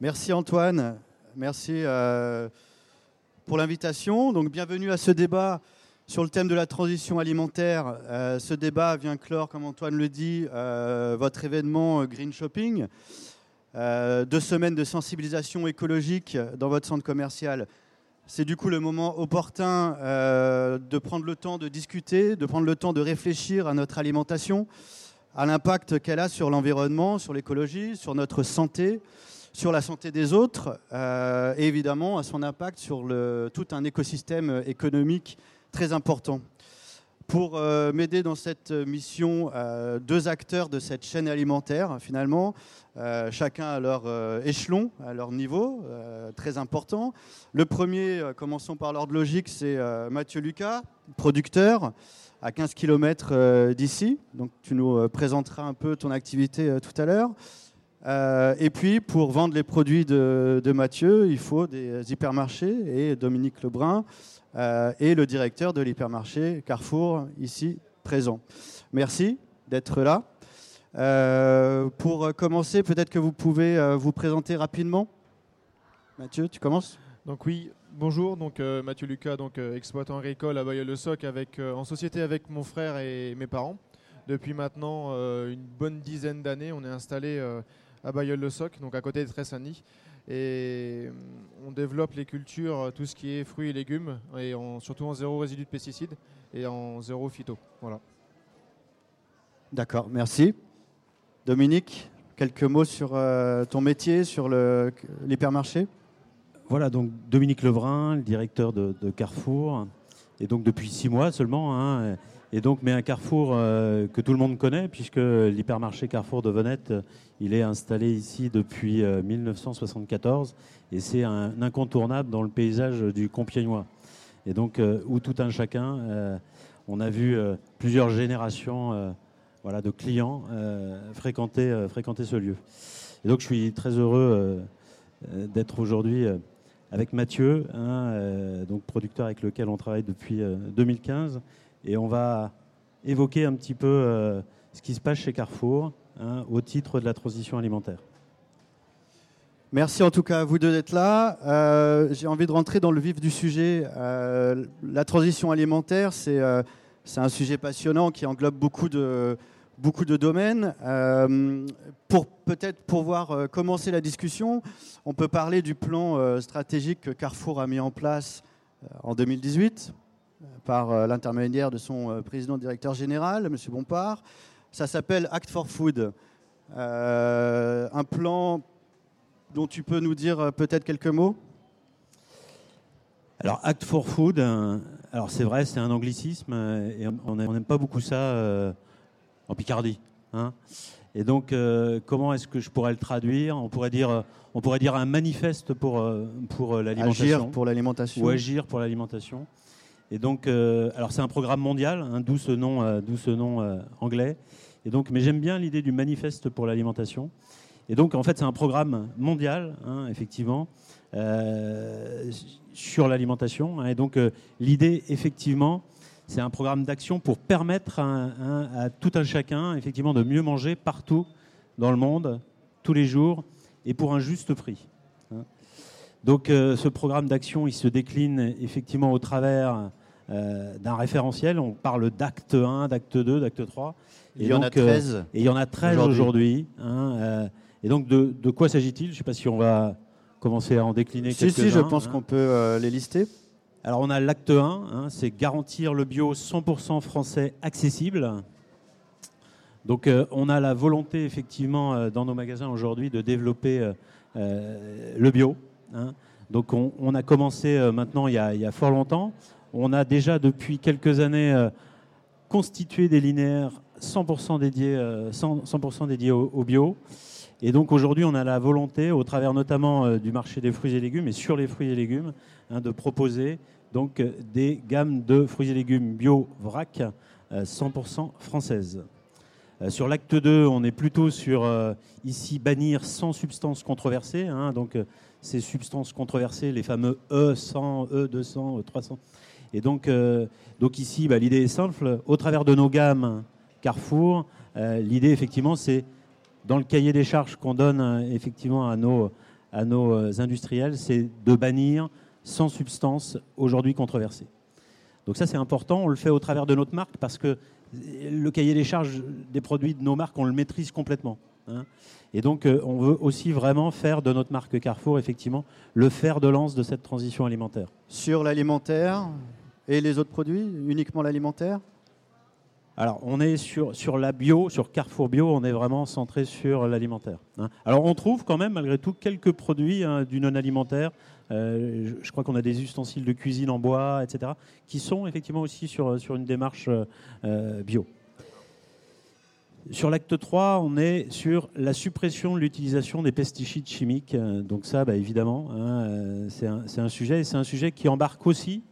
Merci Antoine, merci pour l'invitation. Donc bienvenue à ce débat sur le thème de la transition alimentaire. Ce débat vient clore, comme Antoine le dit, votre événement Green Shopping. 2 semaines de sensibilisation écologique dans votre centre commercial. C'est du coup le moment opportun de prendre le temps de discuter, de prendre le temps de réfléchir à notre alimentation, à l'impact qu'elle a sur l'environnement, sur l'écologie, sur notre santé, sur la santé des autres et évidemment à son impact sur tout un écosystème économique très important. Pour m'aider dans cette mission, 2 acteurs de cette chaîne alimentaire, finalement, chacun à leur échelon, à leur niveau, très important. Le premier, commençons par l'ordre logique, c'est Mathieu Lucas, producteur, à 15 km d'ici. Donc tu nous présenteras un peu ton activité tout à l'heure. Et puis, pour vendre les produits de Mathieu, il faut des hypermarchés. Et Dominique Lebrun est le directeur de l'hypermarché Carrefour, ici présent. Merci d'être là. Pour commencer, peut-être que vous pouvez vous présenter rapidement. Mathieu, tu commences ? Donc oui, bonjour, donc Mathieu Lucas, donc exploitant agricole à Bailleul-le-Soc en société avec mon frère et mes parents. Depuis maintenant une bonne dizaine d'années, on est installé à Bailleul-le-Soc, donc à côté de Tressanny. Et on développe les cultures, tout ce qui est fruits et légumes, et surtout en 0 résidu de pesticides et en 0 phyto. Voilà. D'accord, merci. Dominique, quelques mots sur ton métier, sur l'hypermarché ? Voilà, donc Dominique Lebrun, le directeur de Carrefour, et donc depuis 6 mois seulement, hein, et donc, mais un Carrefour que tout le monde connaît, puisque l'hypermarché Carrefour de Venette, il est installé ici depuis 1974, et c'est un incontournable dans le paysage du Compiègnois. Et donc, où tout un chacun, on a vu plusieurs générations de clients fréquenter ce lieu. Et donc, je suis très heureux d'être aujourd'hui avec Mathieu, donc producteur avec lequel on travaille depuis 2015. Et on va évoquer un petit peu ce qui se passe chez Carrefour au titre de la transition alimentaire. Merci en tout cas à vous deux d'être là. J'ai envie de rentrer dans le vif du sujet. La transition alimentaire, c'est un sujet passionnant qui englobe beaucoup de domaines. Pour peut-être pouvoir commencer la discussion, on peut parler du plan stratégique que Carrefour a mis en place en 2018 par l'intermédiaire de son président directeur général, M. Bompard. Ça s'appelle Act for Food. Un plan dont tu peux nous dire peut-être quelques mots ? Alors, Act for Food, alors c'est vrai, c'est un anglicisme, et on n'aime pas beaucoup ça en Picardie. Hein. Et donc, comment est-ce que je pourrais le traduire ? On pourrait dire un manifeste pour l'alimentation. Agir pour l'alimentation. Ou agir pour l'alimentation. Et donc, alors c'est un programme mondial, d'où ce nom anglais. Et donc, mais j'aime bien l'idée du manifeste pour l'alimentation. Et donc, en fait, c'est un programme mondial, effectivement, sur l'alimentation. Et donc, l'idée, effectivement, c'est un programme d'action pour permettre à tout un chacun, effectivement, de mieux manger partout dans le monde, tous les jours, et pour un juste prix. Donc, ce programme d'action, il se décline effectivement au travers d'un référentiel. On parle d'acte 1, d'acte 2, d'acte 3. Et il y en a 13. Et il y en a 13 aujourd'hui. Et donc, de quoi s'agit-il ? Je ne sais pas si on va commencer à en décliner quelques-uns. Si, je pense qu'on peut les lister. Alors, on a l'acte 1, c'est garantir le bio 100% français accessible. Donc, on a la volonté, effectivement, dans nos magasins aujourd'hui, de développer le bio. Donc, on a commencé maintenant il y a fort longtemps. On a déjà, depuis quelques années, constitué des linéaires 100% dédiés au bio. Et donc, aujourd'hui, on a la volonté, au travers notamment du marché des fruits et légumes, et sur les fruits et légumes, de proposer donc des gammes de fruits et légumes bio vrac 100% françaises. Sur l'acte 2, on est plutôt sur, ici, bannir sans substances controversées. Donc, ces substances controversées, les fameux E100, E200, E300. Et donc ici, l'idée est simple. Au travers de nos gammes Carrefour, l'idée, effectivement, c'est, dans le cahier des charges qu'on donne effectivement à à nos industriels, c'est de bannir sans substance aujourd'hui controversée. Donc ça, c'est important. On le fait au travers de notre marque parce que le cahier des charges des produits de nos marques, on le maîtrise complètement. Hein. Et donc, on veut aussi vraiment faire de notre marque Carrefour, effectivement, le fer de lance de cette transition alimentaire. Sur l'alimentaire et les autres produits, uniquement l'alimentaire ? Alors, on est sur la bio, sur Carrefour Bio, on est vraiment centré sur l'alimentaire. Hein. Alors, on trouve quand même, malgré tout, quelques produits du non-alimentaire. Je crois qu'on a des ustensiles de cuisine en bois, etc., qui sont effectivement aussi sur une démarche bio. Sur l'acte 3, on est sur la suppression de l'utilisation des pesticides chimiques. Donc ça, évidemment, hein, c'est un sujet, et c'est un sujet qui embarque aussi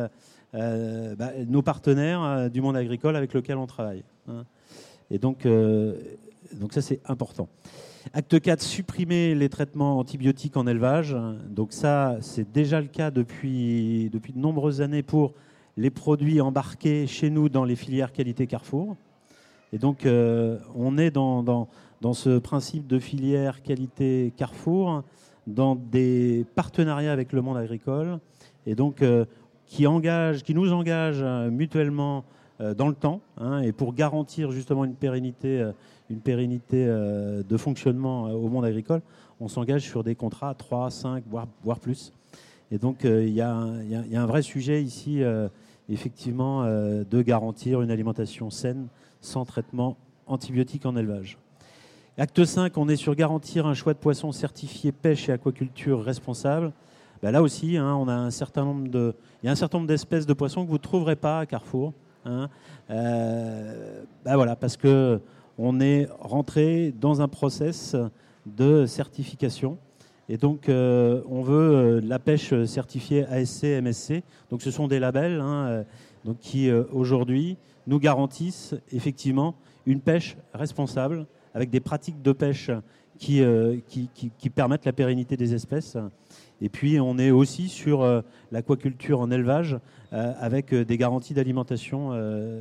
nos partenaires du monde agricole avec lequel on travaille. Hein. Et donc ça, c'est important. Acte 4, supprimer les traitements antibiotiques en élevage. Donc ça, c'est déjà le cas depuis de nombreuses années pour les produits embarqués chez nous dans les filières qualité Carrefour. Et donc, on est dans ce principe de filière qualité Carrefour, dans des partenariats avec le monde agricole, et donc qui nous engage mutuellement dans le temps, hein, et pour garantir justement une pérennité de fonctionnement au monde agricole, on s'engage sur des contrats à 3, 5, voire plus. Et donc, il y a un vrai sujet ici, effectivement, de garantir une alimentation saine, sans traitement antibiotique en élevage. Acte 5, on est sur garantir un choix de poissons certifié pêche et aquaculture responsable. Là aussi, hein, il y a un certain nombre d'espèces de poissons que vous ne trouverez pas à Carrefour. Hein. Voilà, parce qu'on est rentré dans un process de certification. Et donc, on veut la pêche certifiée ASC, MSC. Donc, ce sont des labels donc qui, aujourd'hui, nous garantissent effectivement une pêche responsable avec des pratiques de pêche qui permettent la pérennité des espèces. Et puis, on est aussi sur l'aquaculture en élevage avec des garanties d'alimentation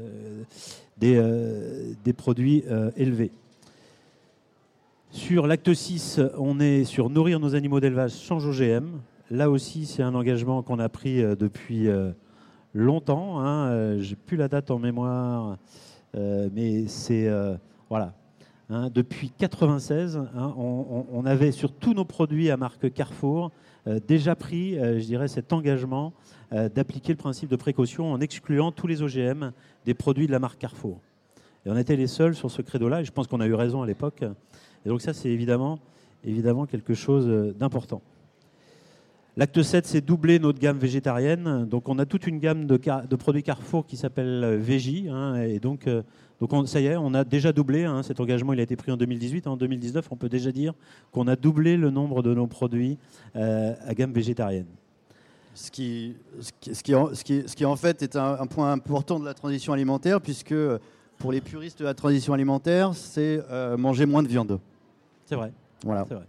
des produits élevés. Sur l'acte 6, on est sur nourrir nos animaux d'élevage sans OGM. Là aussi, c'est un engagement qu'on a pris depuis longtemps. Hein. Je n'ai plus la date en mémoire, mais c'est... voilà. Hein, depuis 1996, hein, on avait sur tous nos produits à marque Carrefour déjà pris, je dirais, cet engagement d'appliquer le principe de précaution en excluant tous les OGM des produits de la marque Carrefour. Et on était les seuls sur ce credo-là, et je pense qu'on a eu raison à l'époque. Et donc ça, c'est évidemment quelque chose d'important. L'acte 7, c'est doubler notre gamme végétarienne. Donc on a toute une gamme de produits Carrefour qui s'appelle Végie. Hein, et donc ça y est, on a déjà doublé. Hein, cet engagement, il a été pris en 2018. En 2019, on peut déjà dire qu'on a doublé le nombre de nos produits à gamme végétarienne. Ce qui en fait est un point important de la transition alimentaire, puisque pour les puristes de la transition alimentaire, c'est manger moins de viande. C'est vrai. Voilà. C'est vrai.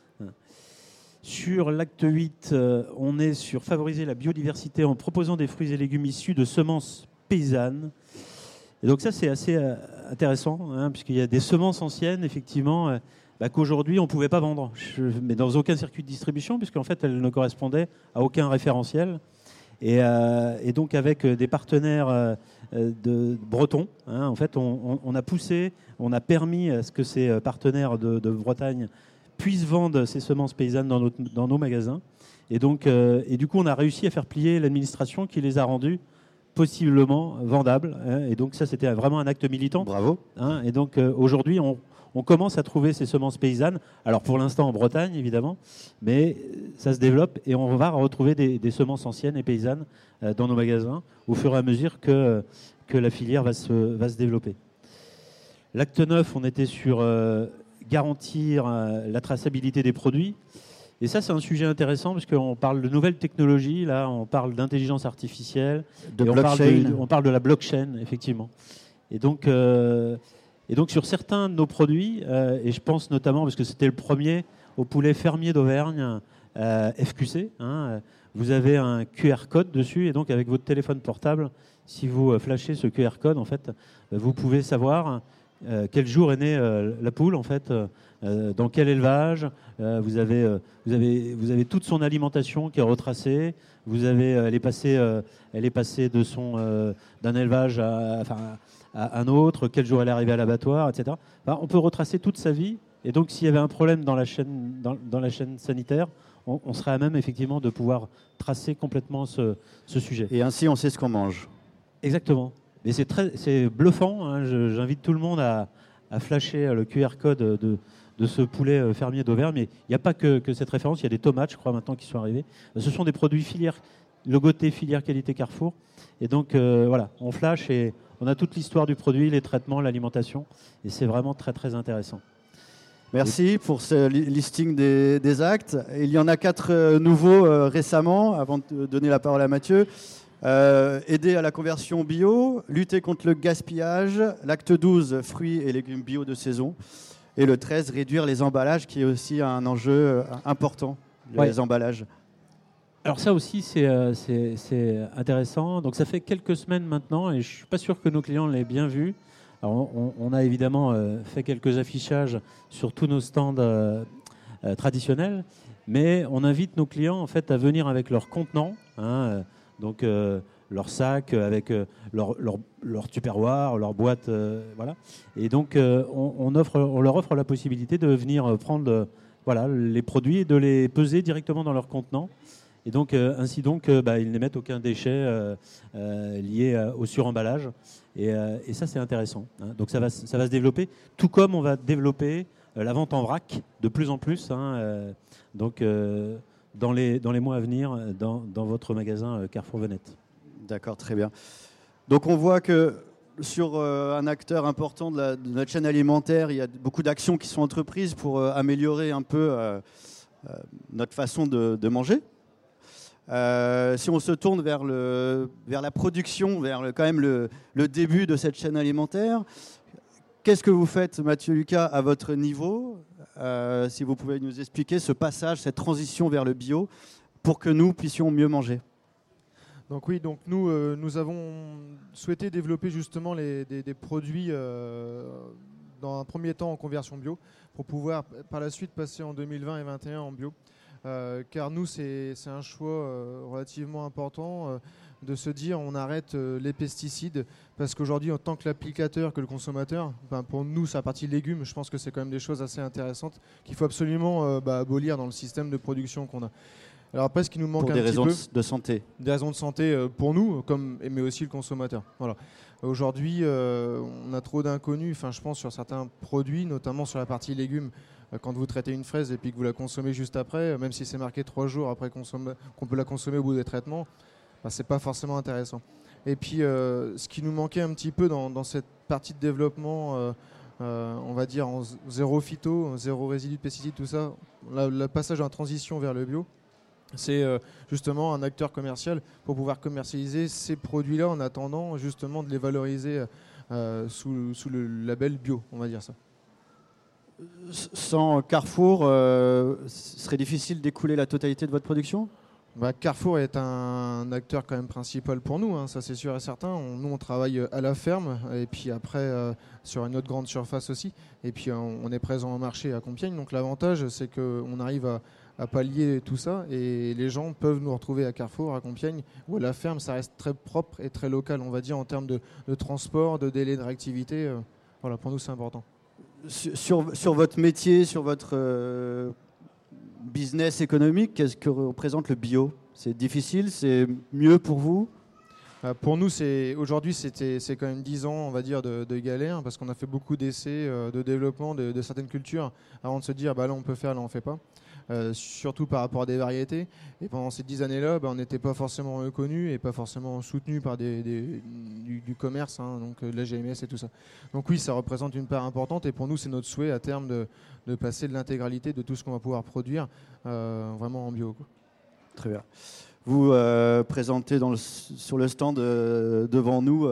Sur l'acte 8, on est sur favoriser la biodiversité en proposant des fruits et légumes issus de semences paysannes. Et donc ça, c'est assez intéressant, hein, puisqu'il y a des semences anciennes, effectivement, qu'aujourd'hui, on ne pouvait pas vendre, mais dans aucun circuit de distribution, puisqu'en fait, elles ne correspondaient à aucun référentiel. Et donc, avec des partenaires bretons, hein, en fait, on a poussé, on a permis à ce que ces partenaires de Bretagne puissent vendre ces semences paysannes dans nos magasins. Et donc, du coup, on a réussi à faire plier l'administration qui les a rendues possiblement vendables. Hein, et donc, ça, c'était vraiment un acte militant. Bravo. Hein, et donc, aujourd'hui, on commence à trouver ces semences paysannes. Alors, pour l'instant, en Bretagne, évidemment, mais ça se développe et on va retrouver des semences anciennes et paysannes dans nos magasins au fur et à mesure que la filière va se développer. L'acte 9, on était sur garantir la traçabilité des produits. Et ça, c'est un sujet intéressant parce qu'on parle de nouvelles technologies, là, on parle d'intelligence artificielle, on parle de la blockchain, effectivement. Et donc sur certains de nos produits, et je pense notamment, parce que c'était le premier, au poulet fermier d'Auvergne, FQC, hein, vous avez un QR code dessus, et donc avec votre téléphone portable, si vous flashez ce QR code, en fait, vous pouvez savoir quel jour est née la poule en fait, dans quel élevage. Vous avez toute son alimentation qui est retracée. Elle est passée d'un élevage à un autre. Quel jour elle est arrivée à l'abattoir, etc. Enfin, on peut retracer toute sa vie. Et donc, s'il y avait un problème dans la chaîne sanitaire, on serait à même effectivement de pouvoir tracer complètement ce sujet. Et ainsi, on sait ce qu'on mange. Exactement. Mais c'est bluffant. Hein. J'invite tout le monde à flasher le QR code de ce poulet fermier d'Auvergne. Mais il n'y a pas que cette référence. Il y a des tomates, je crois, maintenant qui sont arrivées. Ce sont des produits logotés filière qualité Carrefour. Et donc, voilà, on flash et on a toute l'histoire du produit, les traitements, l'alimentation. Et c'est vraiment très, très intéressant. Merci pour ce listing des actes. Il y en a 4 nouveaux récemment, avant de donner la parole à Mathieu. Aider à la conversion bio, lutter contre le gaspillage, l'acte 12, fruits et légumes bio de saison, et le 13, réduire les emballages, qui est aussi un enjeu important, les emballages. Alors ça aussi, c'est intéressant. Donc ça fait quelques semaines maintenant, et je ne suis pas sûr que nos clients l'aient bien vu. Alors on a évidemment fait quelques affichages sur tous nos stands traditionnels, mais on invite nos clients en fait à venir avec leur contenant, donc leur sac avec leur tupperware, leur boîte, voilà. Et donc on leur offre la possibilité de venir prendre les produits et de les peser directement dans leur contenant. Et donc ainsi donc ils n'émettent aucun déchet lié au suremballage. Et ça c'est intéressant. Hein. Donc ça va se développer, tout comme on va développer la vente en vrac de plus en plus. Donc dans les mois à venir dans votre magasin Carrefour Venette. D'accord, très bien. Donc on voit que sur un acteur important de notre chaîne alimentaire, il y a beaucoup d'actions qui sont entreprises pour améliorer un peu notre façon de manger. Si on se tourne vers la production, vers quand même le début de cette chaîne alimentaire, qu'est-ce que vous faites, Mathieu Lucas, à votre niveau, si vous pouvez nous expliquer ce passage, cette transition vers le bio, pour que nous puissions mieux manger? Donc oui, donc nous avons souhaité développer justement des produits dans un premier temps en conversion bio, pour pouvoir par la suite passer en 2020 et 2021 en bio. Car nous, c'est un choix relativement important de se dire on arrête les pesticides, parce qu'aujourd'hui, en tant que l'applicateur que le consommateur, pour nous, sur la partie légumes, je pense que c'est quand même des choses assez intéressantes qu'il faut absolument abolir dans le système de production qu'on a. Alors après, ce qui nous manque pour un petit peu... Pour des raisons de santé. Des raisons de santé pour nous, mais aussi le consommateur. Voilà. Aujourd'hui, on a trop d'inconnus, je pense, sur certains produits, notamment sur la partie légumes. Quand vous traitez une fraise et puis que vous la consommez juste après, même si c'est marqué 3 jours après qu'on peut la consommer au bout des traitements, c'est pas forcément intéressant. Et puis, ce qui nous manquait un petit peu dans cette partie de développement, on va dire en zéro phyto, zéro résidu de pesticides, tout ça, le passage en transition vers le bio, c'est justement un acteur commercial pour pouvoir commercialiser ces produits-là en attendant justement de les valoriser sous le label bio, on va dire ça. Sans Carrefour, ce serait difficile d'écouler la totalité de votre production ? Carrefour est un acteur quand même principal pour nous, ça c'est sûr et certain. Nous on travaille à la ferme et puis après sur une autre grande surface aussi. Et puis on est présent au marché à Compiègne. Donc l'avantage c'est qu'on arrive à pallier tout ça et les gens peuvent nous retrouver à Carrefour, à Compiègne, ou à la ferme. Ça reste très propre et très local, on va dire, en termes de transport, de délai de réactivité. Voilà, pour nous c'est important. Sur votre métier, sur votre business économique, qu'est-ce que représente le bio ? C'est difficile, c'est mieux pour vous ? Pour nous, aujourd'hui, c'est quand même 10 ans, on va dire, de galère, parce qu'on a fait beaucoup d'essais, de développement de certaines cultures, avant de se dire, là on peut faire, là on ne fait pas. Surtout par rapport à des variétés. Et pendant ces 10 années-là, on n'était pas forcément reconnus et pas forcément soutenus par du commerce, donc de la GMS et tout ça. Donc oui, ça représente une part importante et pour nous, c'est notre souhait à terme de passer de l'intégralité de tout ce qu'on va pouvoir produire vraiment en bio, quoi. Très bien. Vous présentez sur le stand devant nous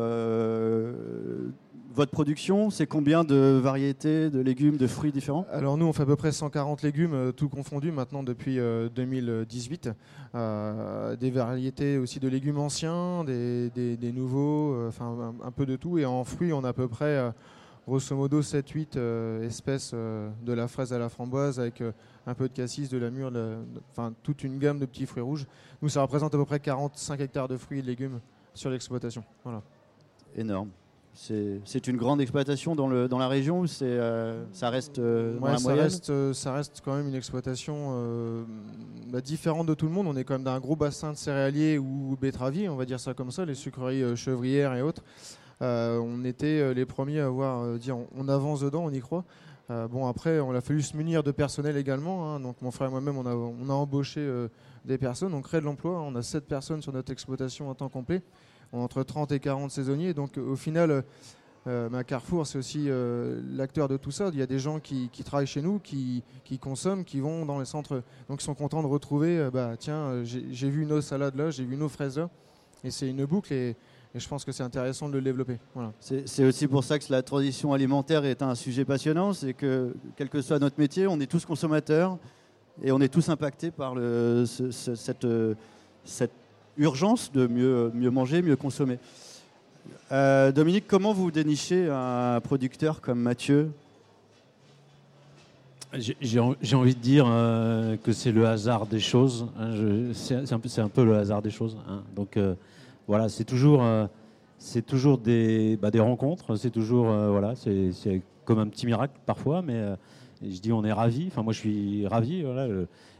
votre production, c'est combien de variétés de légumes, de fruits différents ? Alors nous, on fait à peu près 140 légumes, tout confondu maintenant depuis 2018. Des variétés aussi de légumes anciens, des nouveaux, un peu de tout. Et en fruits, on a à peu près grosso modo 7-8 espèces de la fraise à la framboise avec un peu de cassis, de la mûre, enfin toute une gamme de petits fruits rouges. Nous, ça représente à peu près 45 hectares de fruits et de légumes sur l'exploitation. Voilà. Énorme. C'est une grande exploitation dans la région ou ça reste dans la moyenne? Ça reste quand même une exploitation différente de tout le monde. On est quand même dans un gros bassin de céréaliers ou betteraviers, on va dire ça comme ça, les sucreries chevrières et autres. On était les premiers à avoir dit on avance dedans, on y croit. Bon, après, on a fallu se munir de personnel également. Hein. Donc mon frère et moi-même, on a embauché des personnes, on crée de l'emploi. On a 7 personnes sur notre exploitation à temps complet. On a entre 30 et 40 saisonniers. Donc au final, Carrefour, c'est aussi l'acteur de tout ça. Il y a des gens qui travaillent chez nous, qui consomment, qui vont dans les centres. Donc ils sont contents de retrouver, tiens, j'ai vu nos salades là, j'ai vu nos fraises là. Et c'est une boucle et je pense que c'est intéressant de le développer. Voilà. C'est aussi pour ça que la transition alimentaire est un sujet passionnant. C'est que, quel que soit notre métier, on est tous consommateurs et on est tous impactés par cette urgence de mieux manger, mieux consommer. Dominique, comment vous dénichez un producteur comme Mathieu ? J'ai envie de dire que c'est le hasard des choses. Hein, c'est un peu le hasard des choses. Hein. Donc voilà, c'est toujours des rencontres. C'est toujours c'est comme un petit miracle parfois, mais je dis on est ravis. Enfin moi je suis ravi. Voilà,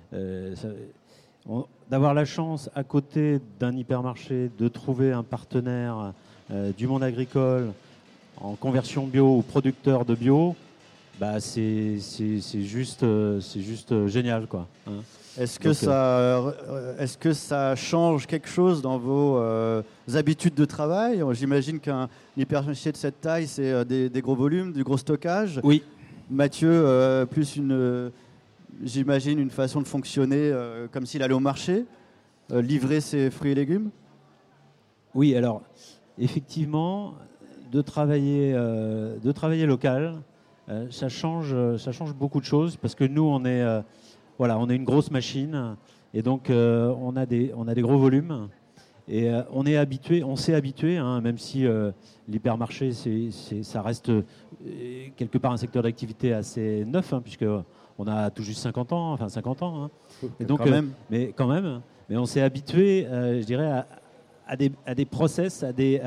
d'avoir la chance à côté d'un hypermarché de trouver un partenaire du monde agricole en conversion bio ou producteur de bio. C'est juste génial, quoi. Hein. Est-ce que ça change quelque chose dans vos habitudes de travail ? J'imagine qu'un hypermarché de cette taille, c'est des gros volumes, du gros stockage. Oui. Mathieu, j'imagine une façon de fonctionner comme s'il allait au marché, livrer ses fruits et légumes. Oui, alors effectivement, de travailler local. Ça change beaucoup de choses parce que nous on est une grosse machine et donc on a des gros volumes et on s'est habitué, hein, même si l'hypermarché ça reste quelque part un secteur d'activité assez neuf, hein, puisque on a tout juste 50 ans. Hein. Et donc mais on s'est habitué, je dirais, à des process,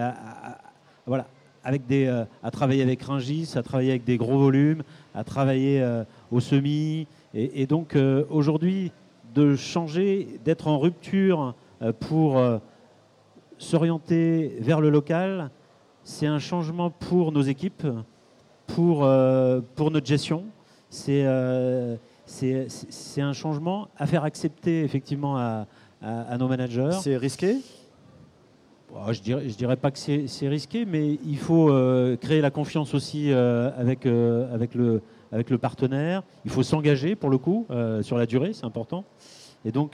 à travailler avec Rungis, à travailler avec des gros volumes, à travailler au semis. Et donc aujourd'hui, de changer, d'être en rupture pour s'orienter vers le local, c'est un changement pour nos équipes, pour notre gestion. C'est un changement à faire accepter effectivement à nos managers. C'est risqué ? Je dirais pas que c'est risqué, mais il faut créer la confiance aussi avec le partenaire. Il faut s'engager pour le coup sur la durée, c'est important. Et donc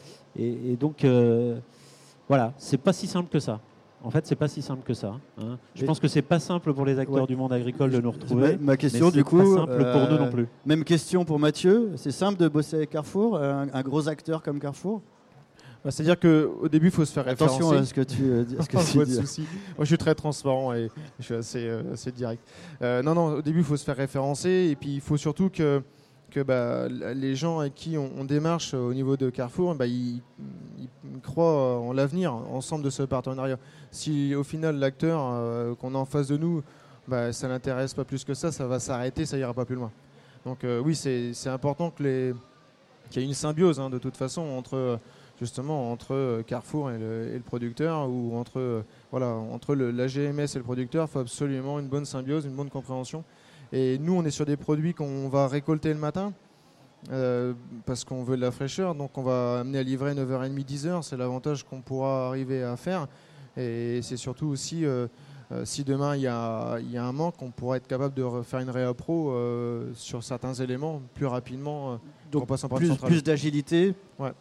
voilà, c'est pas si simple que ça. En fait, c'est pas si simple que ça. Hein. Je pense que c'est pas simple pour les acteurs du monde agricole de nous retrouver. Ma question, mais du coup, pas simple pour nous non plus. Même question pour Mathieu. C'est simple de bosser avec Carrefour, un gros acteur comme Carrefour ? C'est-à-dire qu'au début, il faut se faire référencer. Attention à ce que tu dis. Pas de souci. Moi, je suis très transparent et je suis assez direct. Non, au début, il faut se faire référencer et puis il faut surtout que les gens avec qui on démarche au niveau de Carrefour, ils croient en l'avenir ensemble de ce partenariat. Si au final, l'acteur qu'on a en face de nous, ça ne l'intéresse pas plus que ça va s'arrêter, ça ira pas plus loin. Donc oui, c'est important qu'il y ait une symbiose, hein, de toute façon entre Carrefour et le producteur, ou entre la GMS et le producteur. Il faut absolument une bonne symbiose, une bonne compréhension. Et nous, on est sur des produits qu'on va récolter le matin parce qu'on veut de la fraîcheur. Donc on va amener à livrer 9h30, 10h. C'est l'avantage qu'on pourra arriver à faire. Et c'est surtout aussi, si demain il y a un manque, on pourra être capable de faire une réappro sur certains éléments plus rapidement. Donc plus d'agilité. Ouais.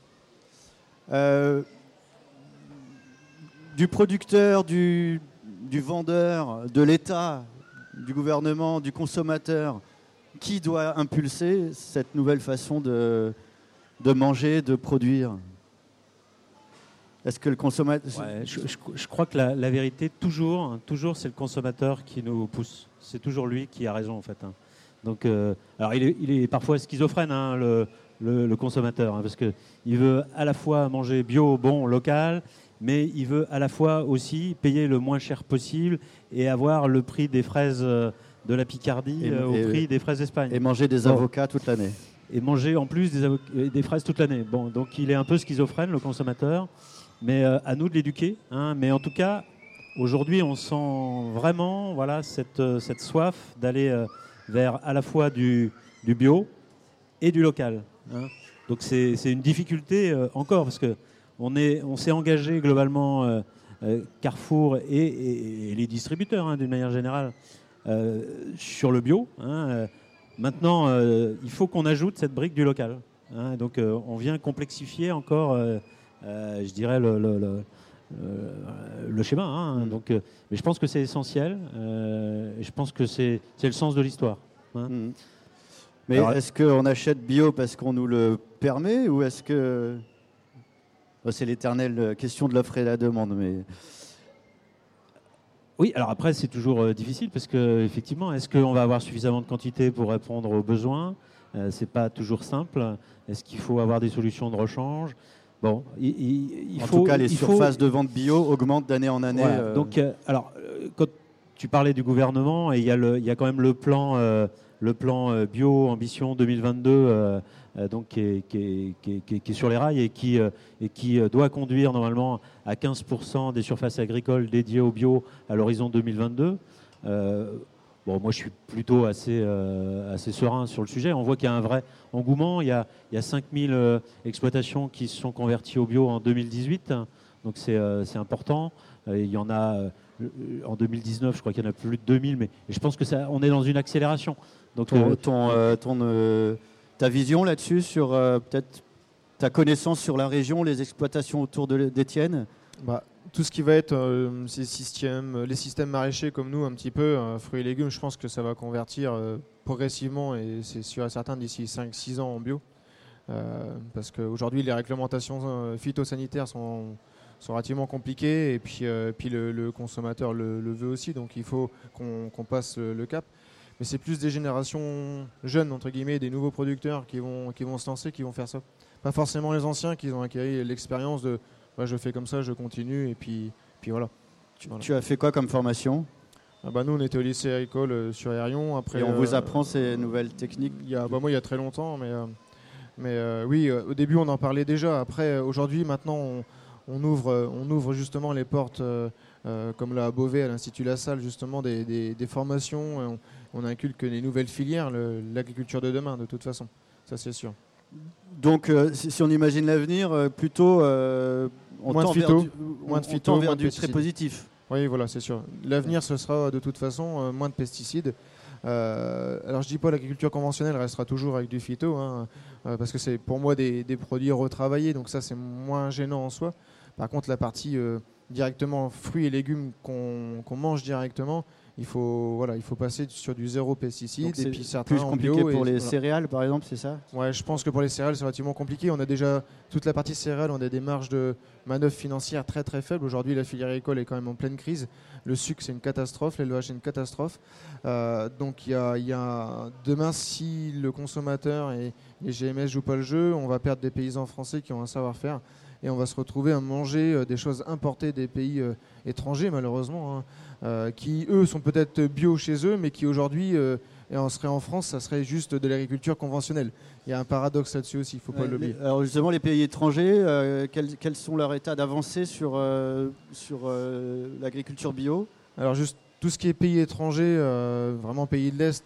Du producteur, du vendeur, de l'État, du gouvernement, du consommateur, qui doit impulser cette nouvelle façon de manger, de produire ? Est-ce que le consommateur... Ouais, je crois que la vérité, toujours, c'est le consommateur qui nous pousse. C'est toujours lui qui a raison, en fait. Hein. Donc, alors, il est parfois schizophrène, hein, le consommateur, hein, parce qu'il veut à la fois manger bio, bon, local, mais il veut à la fois aussi payer le moins cher possible et avoir le prix des fraises de la Picardie au prix des fraises d'Espagne. Et manger des avocats toute l'année. Et manger en plus des fraises toute l'année. Bon, donc il est un peu schizophrène, le consommateur, mais à nous de l'éduquer. Hein. Mais en tout cas, aujourd'hui, on sent vraiment cette soif d'aller vers à la fois du bio et du local. Hein. Donc c'est une difficulté encore, parce qu'on s'est engagé globalement, Carrefour et les distributeurs, hein, d'une manière générale, sur le bio. Hein. Maintenant, il faut qu'on ajoute cette brique du local. Hein. Donc on vient complexifier encore, je dirais, le schéma. Hein. Donc, mais je pense que c'est essentiel. Et je pense que c'est le sens de l'histoire. Hein. Mais est-ce qu'on achète bio parce qu'on nous le permet, ou est-ce que... C'est l'éternelle question de l'offre et la demande, mais... Oui, alors après, c'est toujours difficile, parce qu'effectivement, est-ce qu'on va avoir suffisamment de quantité pour répondre aux besoins? C'est pas toujours simple. Est-ce qu'il faut avoir des solutions de rechange? Bon, en tout cas, les surfaces de vente bio augmentent d'année en année. Voilà. Donc, alors, quand tu parlais du gouvernement, et il y a quand même le plan bio ambition 2022, donc qui est sur les rails et qui doit conduire normalement à 15% des surfaces agricoles dédiées au bio à l'horizon 2022. Bon, moi, je suis plutôt assez serein sur le sujet. On voit qu'il y a un vrai engouement. Il y a 5000 exploitations qui se sont converties au bio en 2018. Donc, c'est important. Il y en a en 2019, je crois qu'il y en a plus de 2000. Mais je pense que on est dans une accélération. Donc, ta vision là-dessus, sur peut-être ta connaissance sur la région, les exploitations autour d'Étienne? Tout ce qui va être les systèmes maraîchers comme nous, un petit peu, fruits et légumes, je pense que ça va convertir progressivement, et c'est sûr et certain, d'ici 5-6 ans en bio. Parce qu'aujourd'hui, les réglementations phytosanitaires sont relativement compliquées, et puis le consommateur le veut aussi, donc il faut qu'on passe le cap. Mais c'est plus des générations jeunes, entre guillemets, des nouveaux producteurs qui vont se lancer, qui vont faire ça. Pas forcément les anciens qui ont acquis l'expérience de je fais comme ça, je continue, et puis voilà. Tu as fait quoi comme formation? Nous, on était au lycée agricole sur Hérion. Après, et on vous apprend ces nouvelles techniques? Moi, il y a très longtemps, mais oui, au début, on en parlait déjà. Après, aujourd'hui, maintenant, on ouvre justement les portes, comme là à Beauvais, à l'Institut La Salle, justement, des formations. On inculque les nouvelles filières, l'agriculture de demain, de toute façon. Ça, c'est sûr. Donc, si on imagine l'avenir, plutôt moins de phyto, vers du très positif. Oui, voilà, c'est sûr. L'avenir, ce sera de toute façon moins de pesticides. Alors, je dis pas l'agriculture conventionnelle restera toujours avec du phyto, hein, parce que c'est pour moi des produits retravaillés, donc ça, c'est moins gênant en soi. Par contre, la partie directement fruits et légumes qu'on mange directement, il faut passer sur du zéro pesticide. Donc et puis certains plus compliqué pour les céréales, par exemple, c'est ça? Ouais, je pense que pour les céréales, c'est relativement compliqué. On a déjà toute la partie céréales, on a des marges de manœuvre financière très très faibles. Aujourd'hui, la filière agricole est quand même en pleine crise. Le sucre, c'est une catastrophe. L'élevage, c'est une catastrophe. Donc, il y a demain, si le consommateur et les GMS jouent pas le jeu, on va perdre des paysans français qui ont un savoir-faire. Et on va se retrouver à manger des choses importées des pays étrangers, malheureusement, hein, qui, eux, sont peut-être bio chez eux, mais qui, aujourd'hui, et on serait en France, ça serait juste de l'agriculture conventionnelle. Il y a un paradoxe là-dessus aussi, il ne faut pas l'oublier. Alors, justement, les pays étrangers, quels sont leurs états d'avancée sur l'agriculture bio? Alors, juste tout ce qui est pays étrangers, vraiment pays de l'Est,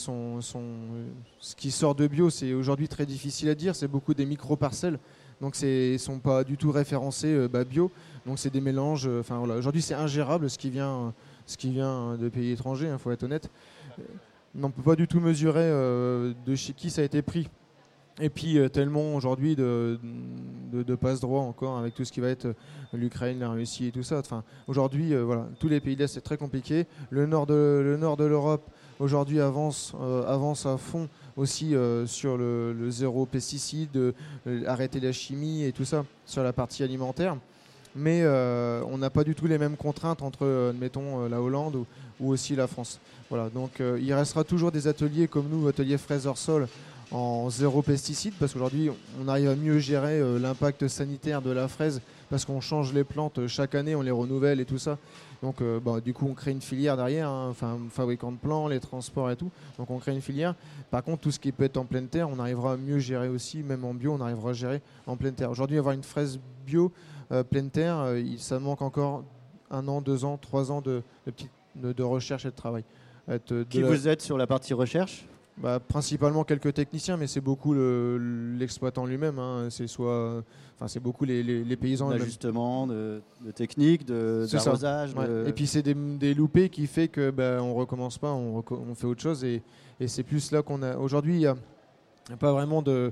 ce qui sort de bio, c'est aujourd'hui très difficile à dire. C'est beaucoup des micro-parcelles. Donc ils ne sont pas du tout référencés bio. Donc c'est des mélanges. Voilà. Aujourd'hui, c'est ingérable ce qui vient de pays étrangers, il faut être honnête. On ne peut pas du tout mesurer de chez qui ça a été pris. Et puis tellement aujourd'hui de passe-droit encore avec tout ce qui va être l'Ukraine, la Russie et tout ça. Enfin, aujourd'hui, voilà, tous les pays de l'Est, c'est très compliqué. Le nord de l'Europe aujourd'hui avance à fond aussi sur le zéro pesticide, arrêter la chimie et tout ça sur la partie alimentaire. mais on n'a pas du tout les mêmes contraintes entre, admettons, la Hollande ou aussi la France. Voilà, donc il restera toujours des ateliers comme nous, atelier fraises hors sol, en zéro pesticide, parce qu'aujourd'hui on arrive à mieux gérer l'impact sanitaire de la fraise, parce qu'on change les plantes chaque année, on les renouvelle et tout ça. Donc du coup on crée une filière derrière, hein, enfin fabricant de plants, les transports et tout, donc on crée une filière. Par contre tout ce qui peut être en pleine terre, on arrivera à mieux gérer aussi, même en bio on arrivera à gérer en pleine terre. Aujourd'hui avoir une fraise bio pleine terre, ça manque encore 1 an, 2 ans, 3 ans de recherche et de travail. Qui vous êtes sur la partie recherche? Principalement quelques techniciens, mais c'est beaucoup l'exploitant lui-même. Hein. C'est beaucoup les paysans. D'ajustement, de technique, d'arrosage. Ouais. Et puis c'est des loupés qui fait que on recommence pas, on fait autre chose. Et c'est plus là qu'on a. Aujourd'hui, il n'y a pas vraiment de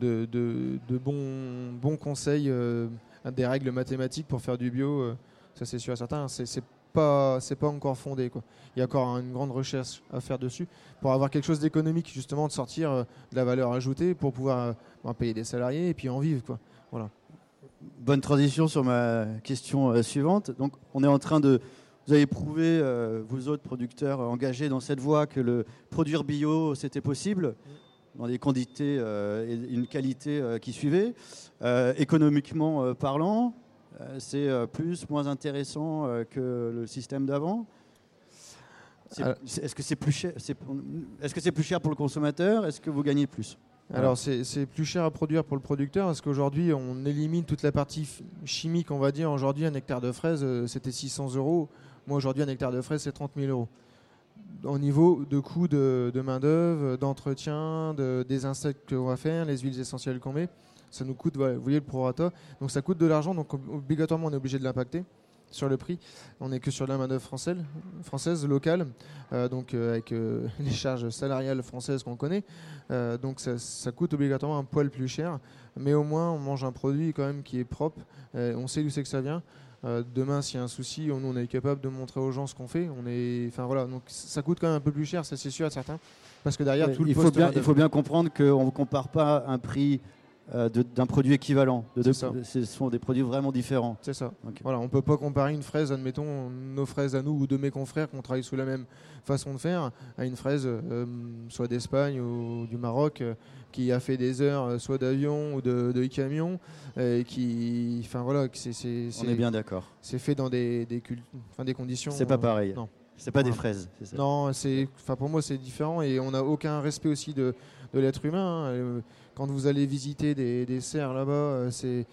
bons conseils, des règles mathématiques pour faire du bio. Ça c'est sûr et certain. C'est pas encore fondé, quoi. Il y a encore une grande recherche à faire dessus pour avoir quelque chose d'économique, justement, de sortir de la valeur ajoutée pour pouvoir payer des salariés et puis en vivre, quoi. Voilà. Bonne transition sur ma question suivante. Donc, on est en train de... Vous avez prouvé, vous autres producteurs engagés dans cette voie, que le produire bio, c'était possible, dans des quantités et une qualité qui suivait. Économiquement parlant, c'est plus, moins intéressant que le système d'avant. Est-ce que c'est plus cher? Est-ce que c'est plus cher pour le consommateur? Est-ce que vous gagnez plus? Alors c'est plus cher à produire pour le producteur parce qu'aujourd'hui on élimine toute la partie chimique, on va dire. Aujourd'hui un hectare de fraises c'était 600 €. Moi aujourd'hui un hectare de fraises c'est 30 000 €. Au niveau de coût de main d'œuvre, d'entretien, des insectes qu'on va faire, les huiles essentielles qu'on met, ça nous coûte, vous voyez le prorata, donc ça coûte de l'argent, donc obligatoirement on est obligé de l'impacter sur le prix. On n'est que sur la main d'œuvre française locale, donc avec les charges salariales françaises qu'on connaît, donc ça coûte obligatoirement un poil plus cher, mais au moins on mange un produit quand même qui est propre, on sait d'où c'est que ça vient. Demain, s'il y a un souci, nous on est capable de montrer aux gens ce qu'on fait. Donc ça coûte quand même un peu plus cher, ça c'est sûr et certain, parce que derrière tout le il faut bien comprendre qu'on ne compare pas un prix d'un produit équivalent. Ce sont des produits vraiment différents. C'est ça. Okay. Voilà, on ne peut pas comparer une fraise, admettons, nos fraises à nous ou de mes confrères qu'on travaille sous la même façon de faire, à une fraise soit d'Espagne ou du Maroc qui a fait des heures soit d'avion ou de camion. On est bien d'accord. C'est fait dans des conditions... C'est pas pareil. Non. C'est pas des fraises. C'est ça. Non, pour moi c'est différent et on n'a aucun respect aussi de l'être humain. Hein. Quand vous allez visiter des serres là-bas,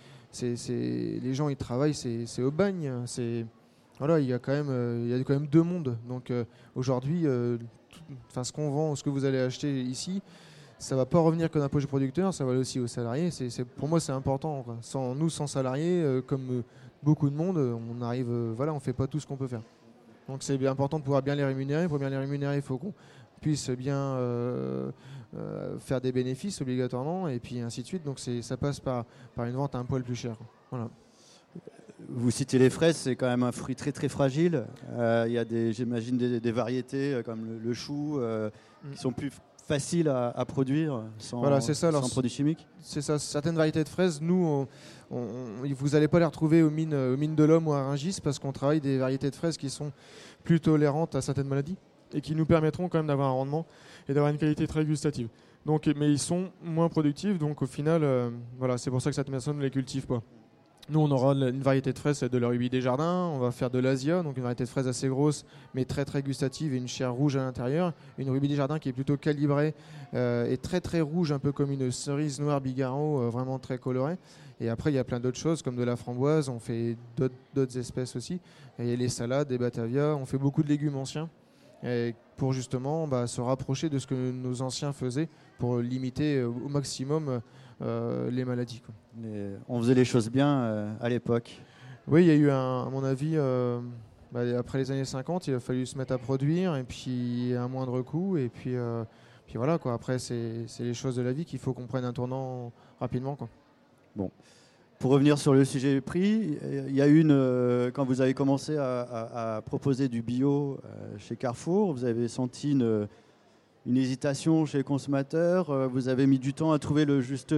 les gens ils travaillent, c'est au bagne. Il y a quand même 2 mondes. Donc aujourd'hui, ce qu'on vend, ce que vous allez acheter ici, ça va pas revenir que d'un projet producteur, ça va aller aussi aux salariés. Pour moi c'est important. Quoi. Sans salariés, comme beaucoup de monde, on fait pas tout ce qu'on peut faire. Donc c'est bien important de pouvoir bien les rémunérer. Pour bien les rémunérer, il faut qu'on puisse bien faire des bénéfices obligatoirement et puis ainsi de suite. Donc ça passe par une vente un poil plus cher. Voilà. Vous citez les fraises, c'est quand même un fruit très très fragile. Il y a j'imagine des variétés comme le chou qui sont plus faciles à produire sans produits chimiques. C'est ça. Certaines variétés de fraises, nous, vous n'allez pas les retrouver aux mines de l'Homme ou à Rungis parce qu'on travaille des variétés de fraises qui sont plus tolérantes à certaines maladies et qui nous permettront quand même d'avoir un rendement et d'avoir une qualité très gustative. Donc, mais ils sont moins productifs, donc au final, c'est pour ça que certaines personnes ne les cultivent pas. Nous, on aura une variété de fraises, c'est de la Rubis des Jardins. On va faire de l'Asia, donc une variété de fraises assez grosse, mais très très gustative et une chair rouge à l'intérieur. Une Rubis des Jardins qui est plutôt calibrée et très très rouge, un peu comme une cerise noire Bigarreau, vraiment très colorée. Et après, il y a plein d'autres choses comme de la framboise. On fait d'autres espèces aussi. Et il y a les salades, des Batavia. On fait beaucoup de légumes anciens pour justement se rapprocher de ce que nos anciens faisaient pour limiter au maximum les maladies. Quoi. On faisait les choses bien à l'époque. Oui, il y a eu, à mon avis, après les années 50, il a fallu se mettre à produire et puis à un moindre coût. Et puis voilà, quoi. Après, c'est les choses de la vie qu'il faut qu'on prenne un tournant rapidement. Quoi. Bon. Pour revenir sur le sujet prix, il y a quand vous avez commencé à proposer du bio chez Carrefour, vous avez senti une hésitation chez les consommateurs? Vous avez mis du temps à trouver le juste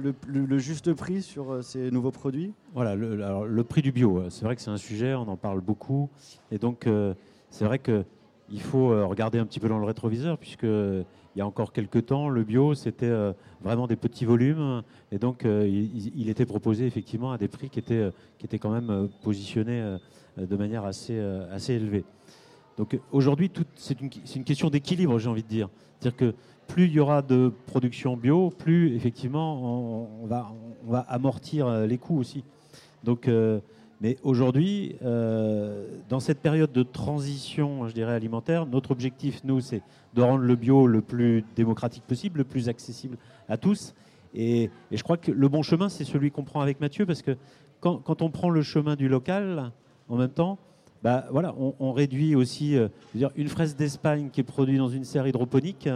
prix sur ces nouveaux produits? Voilà, alors, le prix du bio, c'est vrai que c'est un sujet, on en parle beaucoup. Et donc, c'est vrai qu'il faut regarder un petit peu dans le rétroviseur, puisque il y a encore quelques temps, le bio, c'était vraiment des petits volumes. Et donc, il était proposé effectivement à des prix qui étaient quand même positionnés de manière assez élevée. Donc aujourd'hui, c'est une question d'équilibre, j'ai envie de dire. C'est-à-dire que plus il y aura de production bio, plus effectivement on va amortir les coûts aussi. Donc, mais aujourd'hui, dans cette période de transition, je dirais, alimentaire, notre objectif, nous, c'est de rendre le bio le plus démocratique possible, le plus accessible à tous. Et je crois que le bon chemin, c'est celui qu'on prend avec Mathieu, parce que quand on prend le chemin du local, en même temps, bah, voilà, on réduit aussi, je veux dire, une fraise d'Espagne qui est produite dans une serre hydroponique,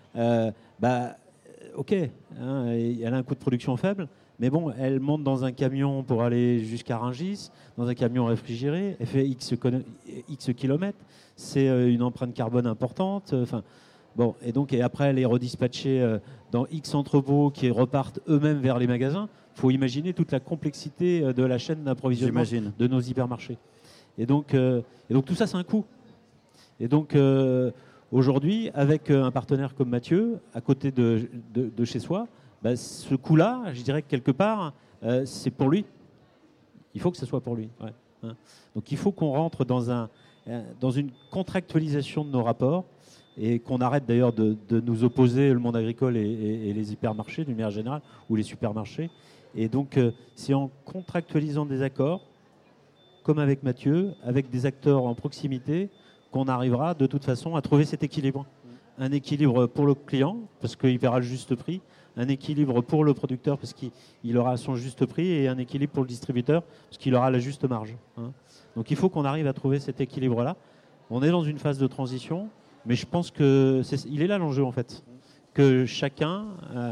bah, ok, hein, elle a un coût de production faible, mais bon, elle monte dans un camion pour aller jusqu'à Rungis, dans un camion réfrigéré, elle fait X kilomètres, c'est une empreinte carbone importante, enfin, bon, et après elle est redispatchée dans X entrepôts qui repartent eux-mêmes vers les magasins. Il faut imaginer toute la complexité de la chaîne d'approvisionnement de nos hypermarchés. Et donc tout ça, c'est un coût. Et donc, aujourd'hui, avec un partenaire comme Mathieu, à côté de chez soi, bah, ce coût-là, je dirais que quelque part, c'est pour lui. Il faut que ce soit pour lui. Ouais, hein. Donc, il faut qu'on rentre dans une contractualisation de nos rapports et qu'on arrête d'ailleurs de nous opposer, le monde agricole et les hypermarchés, d'une manière générale, ou les supermarchés. Et donc, c'est en contractualisant des accords, comme avec Mathieu, avec des acteurs en proximité, qu'on arrivera de toute façon à trouver cet équilibre. Un équilibre pour le client, parce qu'il verra le juste prix, un équilibre pour le producteur, parce qu'il aura son juste prix, et un équilibre pour le distributeur, parce qu'il aura la juste marge. Hein. Donc il faut qu'on arrive à trouver cet équilibre-là. On est dans une phase de transition, mais je pense qu'il est là l'enjeu, en fait. Que chacun,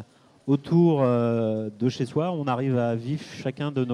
autour de chez soi, on arrive à vivre chacun de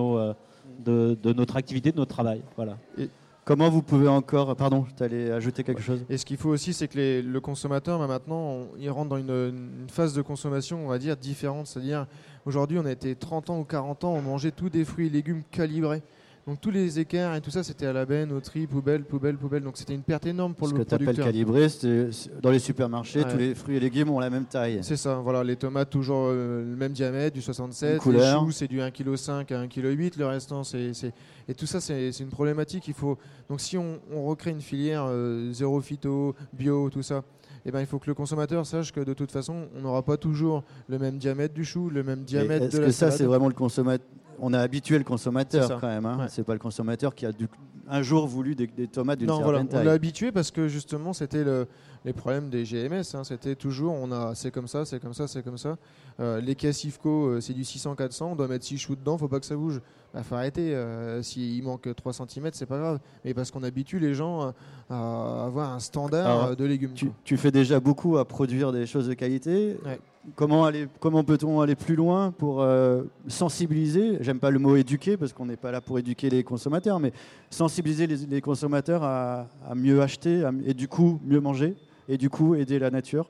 notre activité, de notre travail. Voilà. Et comment vous pouvez encore... Pardon, tu allais ajouter quelque chose? Et ce qu'il faut aussi, c'est que le consommateur, maintenant, il rentre dans une phase de consommation, on va dire, différente. C'est-à-dire, aujourd'hui, on a été 30 ans ou 40 ans, on mangeait tous des fruits et légumes calibrés. Donc tous les équerres et tout ça, c'était à la benne, au tri, poubelle. Donc c'était une perte énorme pour le producteur. Ce que tu appelles calibré, c'est dans les supermarchés, tous les fruits et légumes ont la même taille. C'est ça, voilà, les tomates toujours le même diamètre, du 67, les choux c'est du 1,5 kg à 1,8 kg, le restant Et tout ça c'est une problématique. Donc si on recrée une filière zéro phyto, bio, tout ça, eh ben, il faut que le consommateur sache que de toute façon, on n'aura pas toujours le même diamètre du chou, le même diamètre de la salade. Est-ce que ça, c'est vraiment le consommateur? On a habitué le consommateur quand même. Hein. Ouais. C'est pas le consommateur qui a un jour voulu des tomates d'une certaine taille. On l'a habitué parce que justement, c'était les problèmes des GMS. Hein. C'était toujours, c'est comme ça, c'est comme ça, c'est comme ça. Les caisses IFCO, c'est du 600-400, on doit mettre 6 choux dedans, faut pas que ça bouge. Bah, faut arrêter. S'il manque 3 cm, c'est pas grave. Mais parce qu'on habitue les gens à avoir un standard de légumes. Tu fais déjà beaucoup à produire des choses de qualité. Ouais. Comment peut-on aller plus loin pour sensibiliser, j'aime pas le mot éduquer parce qu'on n'est pas là pour éduquer les consommateurs, mais sensibiliser les consommateurs à mieux acheter et du coup mieux manger et du coup aider la nature?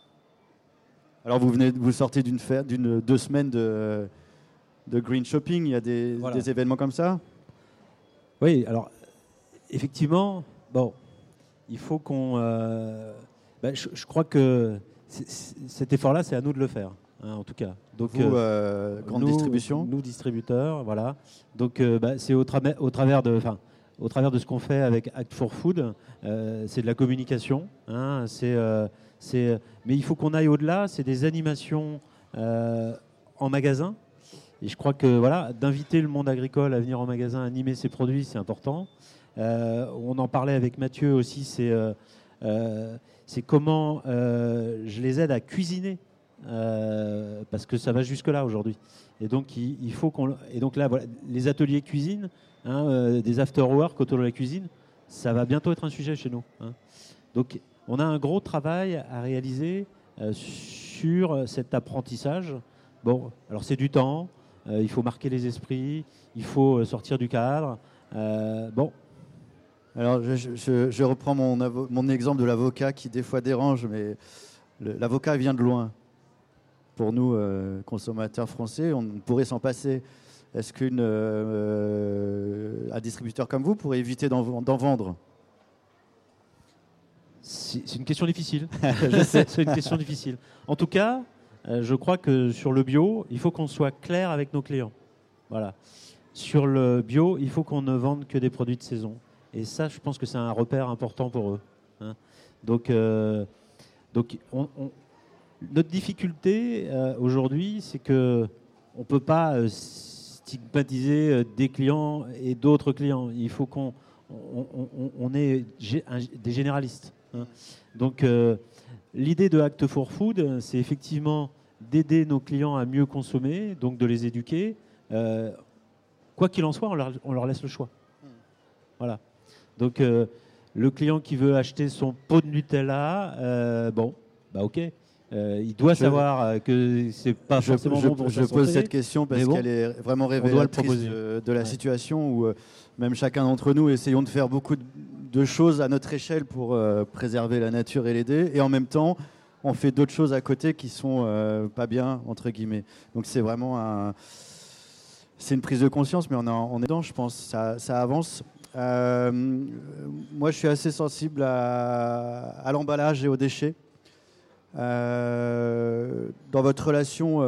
Alors vous sortez d'une 2 semaines de green shopping, il y a des événements comme ça? Oui, alors effectivement, bon, il faut qu'on... je crois que cet effort-là, c'est à nous de le faire, hein, en tout cas. Donc, vous, grande distribution, nous distributeurs, voilà. Donc, c'est au travers de ce qu'on fait avec Act for Food. C'est de la communication. Hein, mais il faut qu'on aille au-delà. C'est des animations en magasin. Et je crois que d'inviter le monde agricole à venir en magasin animer ses produits, c'est important. On en parlait avec Mathieu aussi. C'est comment je les aide à cuisiner, parce que ça va jusque-là aujourd'hui. Et donc, il faut Et donc là, les ateliers cuisine, hein, des after-work autour de la cuisine, ça va bientôt être un sujet chez nous. Hein. Donc, on a un gros travail à réaliser sur cet apprentissage. Bon, alors c'est du temps, il faut marquer les esprits, il faut sortir du cadre. Bon. Alors, je reprends mon exemple de l'avocat qui, des fois, dérange, mais l'avocat vient de loin. Pour nous, consommateurs français, on pourrait s'en passer. Est-ce qu'un distributeur comme vous pourrait éviter d'en vendre? C'est une question difficile. Je sais. C'est une question difficile. En tout cas, je crois que sur le bio, il faut qu'on soit clair avec nos clients. Voilà. Sur le bio, il faut qu'on ne vende que des produits de saison. Et ça, je pense que c'est un repère important pour eux. Hein. Donc notre difficulté aujourd'hui, c'est que on peut pas stigmatiser des clients et d'autres clients. Il faut qu'on ait des généralistes. Hein. Donc, l'idée de Act for Food, c'est effectivement d'aider nos clients à mieux consommer, donc de les éduquer. Quoi qu'il en soit, on leur laisse le choix. Voilà. Donc, le client qui veut acheter son pot de Nutella, ok. Il doit savoir que c'est pas forcément bon pour sa santé. Je pose cette question parce qu'elle est vraiment révélatrice de la situation où même chacun d'entre nous essayons de faire beaucoup de choses à notre échelle pour préserver la nature et l'aider, et en même temps on fait d'autres choses à côté qui sont pas bien entre guillemets. Donc c'est vraiment c'est une prise de conscience, mais on est dedans, je pense. Ça avance. Moi je suis assez sensible à l'emballage et aux déchets. Dans votre relation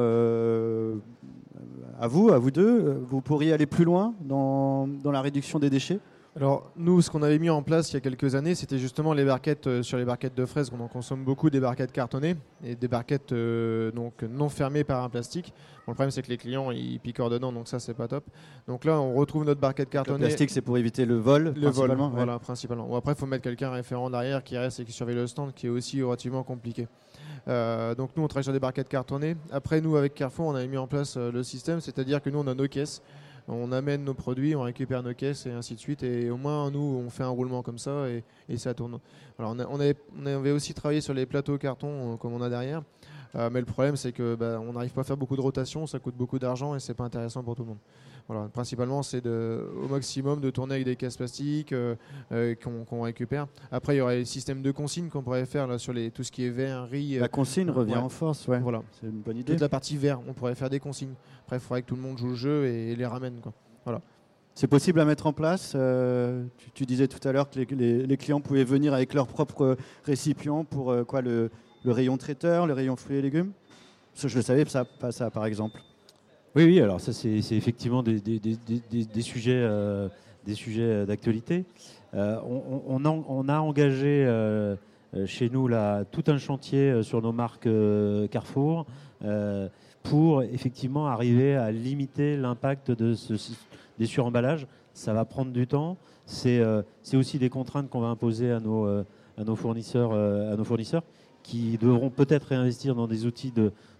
à vous deux, vous pourriez aller plus loin dans la réduction des déchets? Alors nous, ce qu'on avait mis en place il y a quelques années, c'était justement les barquettes, sur les barquettes de fraises, on en consomme beaucoup, des barquettes cartonnées et des barquettes donc non fermées par un plastique. Bon, le problème c'est que les clients ils picorent dedans, donc ça c'est pas top. Donc là on retrouve notre barquette cartonnée. Le plastique c'est pour éviter le vol, principalement. Ouais. Voilà, principalement. Bon, après il faut mettre quelqu'un référent derrière qui reste et qui surveille le stand, qui est aussi relativement compliqué. Donc nous on travaille sur des barquettes cartonnées. Après nous avec Carrefour on avait mis en place le système, c'est-à-dire que nous on a nos caisses. On amène nos produits, on récupère nos caisses et ainsi de suite. Et au moins, nous, on fait un roulement comme ça et ça tourne. Alors, on avait aussi travaillé sur les plateaux carton comme on a derrière. Mais le problème, c'est que on n'arrive pas à faire beaucoup de rotation, ça coûte beaucoup d'argent et c'est pas intéressant pour tout le monde. Voilà, principalement, c'est au maximum de tourner avec des caisses plastiques qu'on récupère. Après, il y aurait les systèmes de consigne qu'on pourrait faire là, sur tout ce qui est verre, riz. La consigne revient en force, ouais. Voilà. C'est une bonne idée. Toute la partie verre, on pourrait faire des consignes. Après, il faudrait que tout le monde joue le jeu et les ramène, quoi. Voilà. C'est possible à mettre en place. Tu disais tout à l'heure que les clients pouvaient venir avec leur propre récipient pour le rayon traiteur, le rayon fruits et légumes. Parce que je le savais, pas ça par exemple. Oui, alors ça c'est effectivement des sujets d'actualité. On a engagé chez nous là, tout un chantier sur nos marques Carrefour pour effectivement arriver à limiter l'impact des suremballages. Ça va prendre du temps. C'est aussi des contraintes qu'on va imposer à nos fournisseurs qui devront peut-être réinvestir dans des outils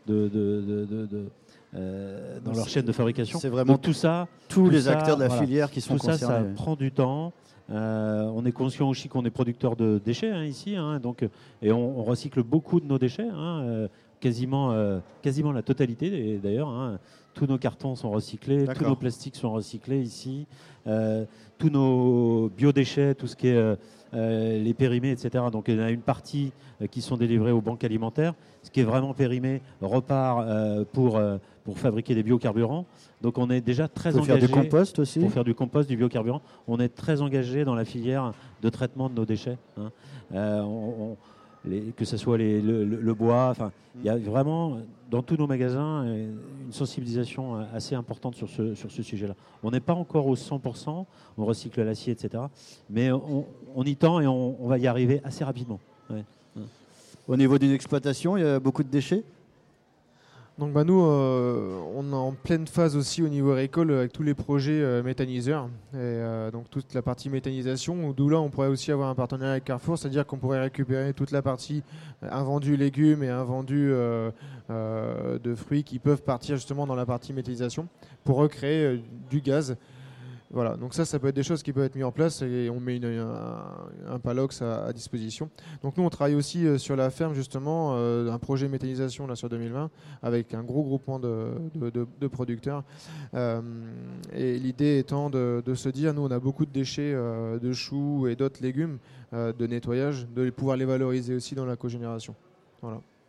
dans leur chaîne de fabrication. C'est vraiment donc, tous les acteurs de la filière qui sont concernés. Ça prend du temps. On est conscient aussi qu'on est producteur de déchets ici, et on recycle beaucoup de nos déchets, quasiment la totalité d'ailleurs. Tous nos cartons sont recyclés, tous nos plastiques sont recyclés ici, tous nos biodéchets, tout ce qui est les périmés, etc. Donc il y en a une partie qui sont délivrés aux banques alimentaires. Ce qui est vraiment périmé repart pour fabriquer des biocarburants. Donc on est déjà très engagé. Pour faire du compost aussi. Pour faire du compost, du biocarburant. On est très engagé dans la filière de traitement de nos déchets. Que ce soit le bois. Il y a vraiment dans tous nos magasins une sensibilisation assez importante sur ce sujet-là. On n'est pas encore au 100%, on recycle l'acier, etc. Mais on y tend et on va y arriver assez rapidement. Ouais. Au niveau d'une exploitation, il y a beaucoup de déchets? Donc nous, on est en pleine phase aussi au niveau récolte avec tous les projets méthaniseurs. Et donc toute la partie méthanisation, d'où là on pourrait aussi avoir un partenariat avec Carrefour, c'est-à-dire qu'on pourrait récupérer toute la partie invendus légumes et invendus de fruits qui peuvent partir justement dans la partie méthanisation pour recréer du gaz. Voilà, donc ça peut être des choses qui peuvent être mises en place et on met un Palox à disposition. Donc nous on travaille aussi sur la ferme justement, un projet méthanisation là sur 2020 avec un gros groupement de producteurs. Et l'idée étant de se dire, nous on a beaucoup de déchets de choux et d'autres légumes de nettoyage, de pouvoir les valoriser aussi dans la cogénération. Voilà.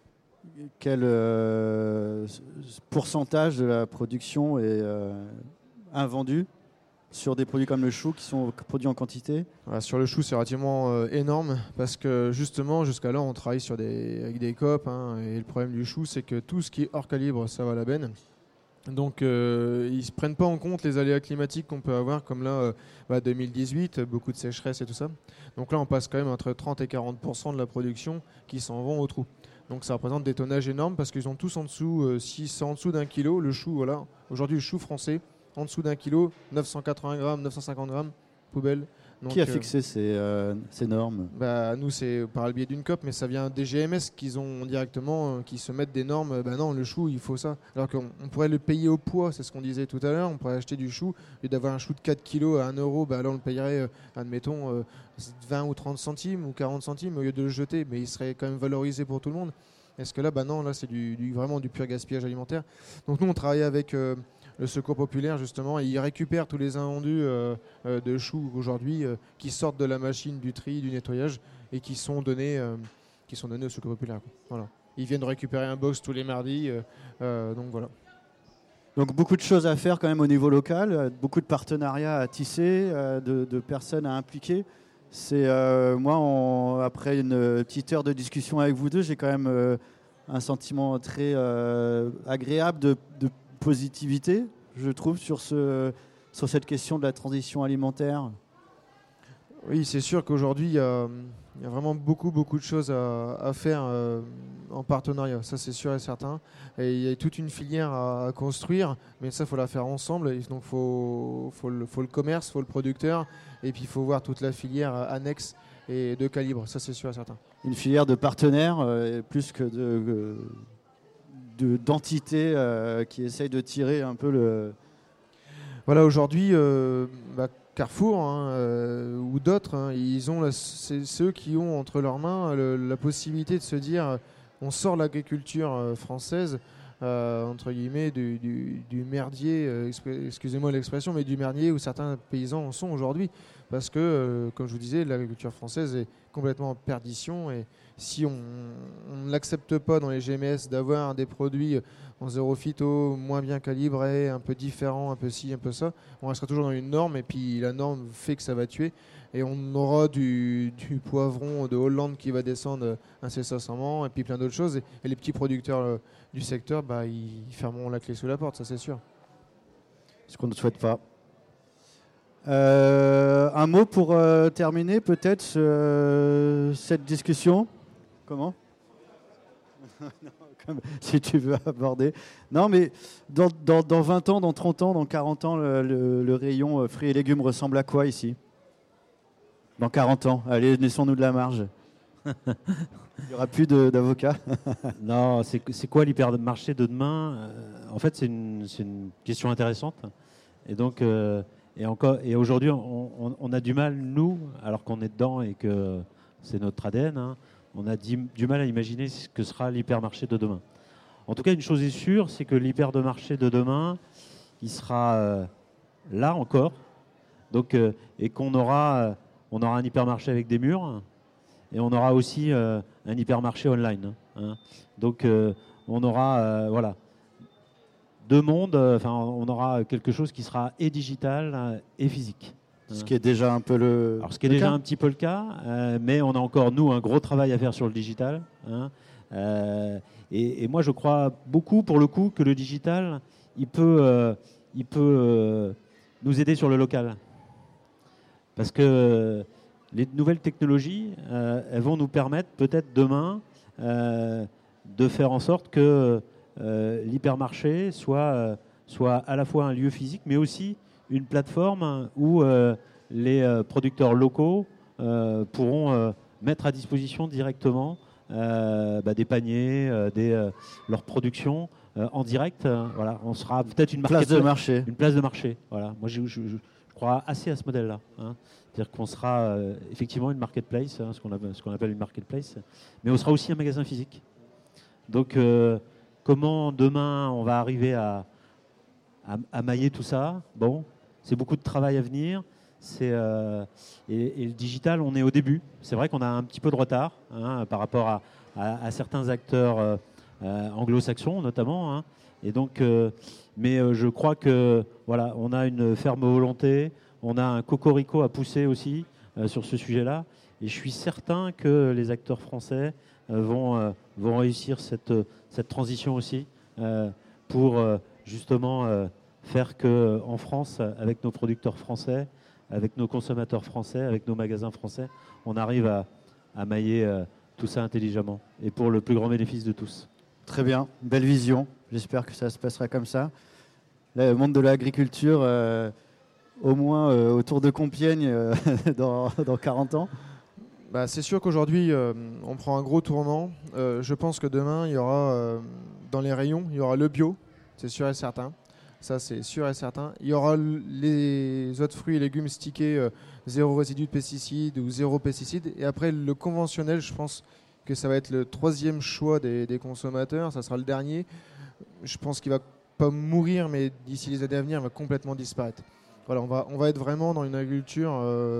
quel pourcentage de la production est invendu sur des produits comme le chou qui sont produits en quantité? Voilà, sur le chou, c'est relativement énorme parce que justement, jusqu'à là, on travaille avec des COP. Et le problème du chou, c'est que tout ce qui est hors calibre, ça va à la benne. Donc, ils ne se prennent pas en compte les aléas climatiques qu'on peut avoir, comme là, 2018, beaucoup de sécheresse et tout ça. Donc là, on passe quand même entre 30 et 40% de la production qui s'en vont au trou. Donc ça représente des tonnages énormes parce qu'ils ont tous en dessous, si c'est en dessous d'un kilo, le chou, voilà. Aujourd'hui, le chou français, en dessous d'un kilo, 980 grammes, 950 grammes, poubelle. Donc, qui a fixé ces normes? Nous, c'est par le biais d'une COP, mais ça vient des GMS qu'ils ont directement, qui se mettent des normes. Non, le chou, il faut ça. Alors qu'on pourrait le payer au poids, c'est ce qu'on disait tout à l'heure. On pourrait acheter du chou, au lieu d'avoir un chou de 4 kg à 1 euro, là, on le payerait, admettons, 20 ou 30 centimes ou 40 centimes au lieu de le jeter, mais il serait quand même valorisé pour tout le monde. Est-ce que là, non, là, c'est vraiment du pur gaspillage alimentaire. Donc nous, on travaille avec le Secours Populaire, justement, et ils récupèrent tous les invendus de choux aujourd'hui qui sortent de la machine du tri, du nettoyage, et qui sont donnés au Secours Populaire. Voilà. Ils viennent récupérer un box tous les mardis, donc voilà. Donc beaucoup de choses à faire quand même au niveau local, beaucoup de partenariats à tisser, de personnes à impliquer. C'est moi, après une petite heure de discussion avec vous deux, j'ai quand même un sentiment très agréable de positivité, je trouve, sur cette question de la transition alimentaire. Oui, c'est sûr qu'aujourd'hui, il y a vraiment beaucoup de choses à faire en partenariat. Ça, c'est sûr et certain. Et il y a toute une filière à construire, mais ça, il faut la faire ensemble. Et donc, faut le commerce, il faut le producteur, et puis il faut voir toute la filière annexe et de calibre. Ça, c'est sûr et certain. Une filière de partenaires plus que d'entités qui essayent de tirer un peu le... Voilà, aujourd'hui, Carrefour ou d'autres, c'est ceux qui ont entre leurs mains la possibilité de se dire on sort l'agriculture française entre guillemets du merdier, excusez-moi l'expression, mais du merdier où certains paysans en sont aujourd'hui. Parce que, comme je vous disais, l'agriculture française est complètement en perdition. Et si on ne l'accepte pas dans les GMS d'avoir des produits en zéro phyto, moins bien calibrés, un peu différents, un peu ci, un peu ça, on restera toujours dans une norme. Et puis la norme fait que ça va tuer. Et on aura du poivron de Hollande qui va descendre incessamment, et puis plein d'autres choses. Et les petits producteurs du secteur, ils fermeront la clé sous la porte, ça c'est sûr. Ce qu'on ne souhaite pas. Un mot pour terminer peut-être cette discussion. Comment? Si tu veux aborder. Non, mais dans 20 ans, dans 30 ans, dans 40 ans, le rayon fruits et légumes ressemble à quoi ici? Dans 40 ans, allez, laissons-nous de la marge. Il n'y aura plus d'avocats. Non, c'est quoi l'hypermarché de demain? En fait, c'est une question intéressante. Et donc, et aujourd'hui, on a du mal, nous, alors qu'on est dedans et que c'est notre ADN, on a du mal à imaginer ce que sera l'hypermarché de demain. En tout cas, une chose est sûre, c'est que l'hypermarché de demain, il sera là encore. Donc, et qu'on aura... on aura un hypermarché avec des murs et on aura aussi un hypermarché online. Donc on aura deux mondes, on aura quelque chose qui sera et digital et physique. Ce qui est déjà un peu le... Alors, ce qui est déjà un petit peu le cas, mais on a encore, nous, un gros travail à faire sur le digital. Et moi, je crois beaucoup, pour le coup, que le digital, il peut nous aider sur le local. Parce que les nouvelles technologies, elles vont nous permettre peut-être demain de faire en sorte que l'hypermarché soit à la fois un lieu physique, mais aussi une plateforme où les producteurs locaux pourront mettre à disposition directement des paniers, leur production en direct. Voilà, on sera peut-être une place de marché. Une place de marché. Voilà. Moi, je crois assez à ce modèle-là. C'est-à-dire qu'on sera effectivement une marketplace, ce qu'on appelle une marketplace, mais on sera aussi un magasin physique. Donc, comment demain on va arriver à mailler tout ça? Bon, c'est beaucoup de travail à venir. Et le digital, on est au début. C'est vrai qu'on a un petit peu de retard par rapport à certains acteurs anglo-saxons notamment. Hein. Et donc, mais je crois que voilà, on a une ferme volonté, on a un cocorico à pousser aussi sur ce sujet-là. Et je suis certain que les acteurs français vont réussir cette transition aussi pour justement faire qu'en France, avec nos producteurs français, avec nos consommateurs français, avec nos magasins français, on arrive à mailler tout ça intelligemment et pour le plus grand bénéfice de tous. Très bien, belle vision. J'espère que ça se passera comme ça. Le monde de l'agriculture, au moins autour de Compiègne, dans 40 ans. Bah, c'est sûr qu'aujourd'hui, on prend un gros tournant. Je pense que demain, il y aura dans les rayons, il y aura le bio, c'est sûr et certain. Ça, c'est sûr et certain. Il y aura les autres fruits et légumes stickés, zéro résidu de pesticides ou zéro pesticide. Et après, le conventionnel, je pense que ça va être le troisième choix des consommateurs. Ça sera le dernier. Je pense qu'il va pas mourir, mais d'ici les années à venir, il va complètement disparaître. Voilà, on va être vraiment dans une agriculture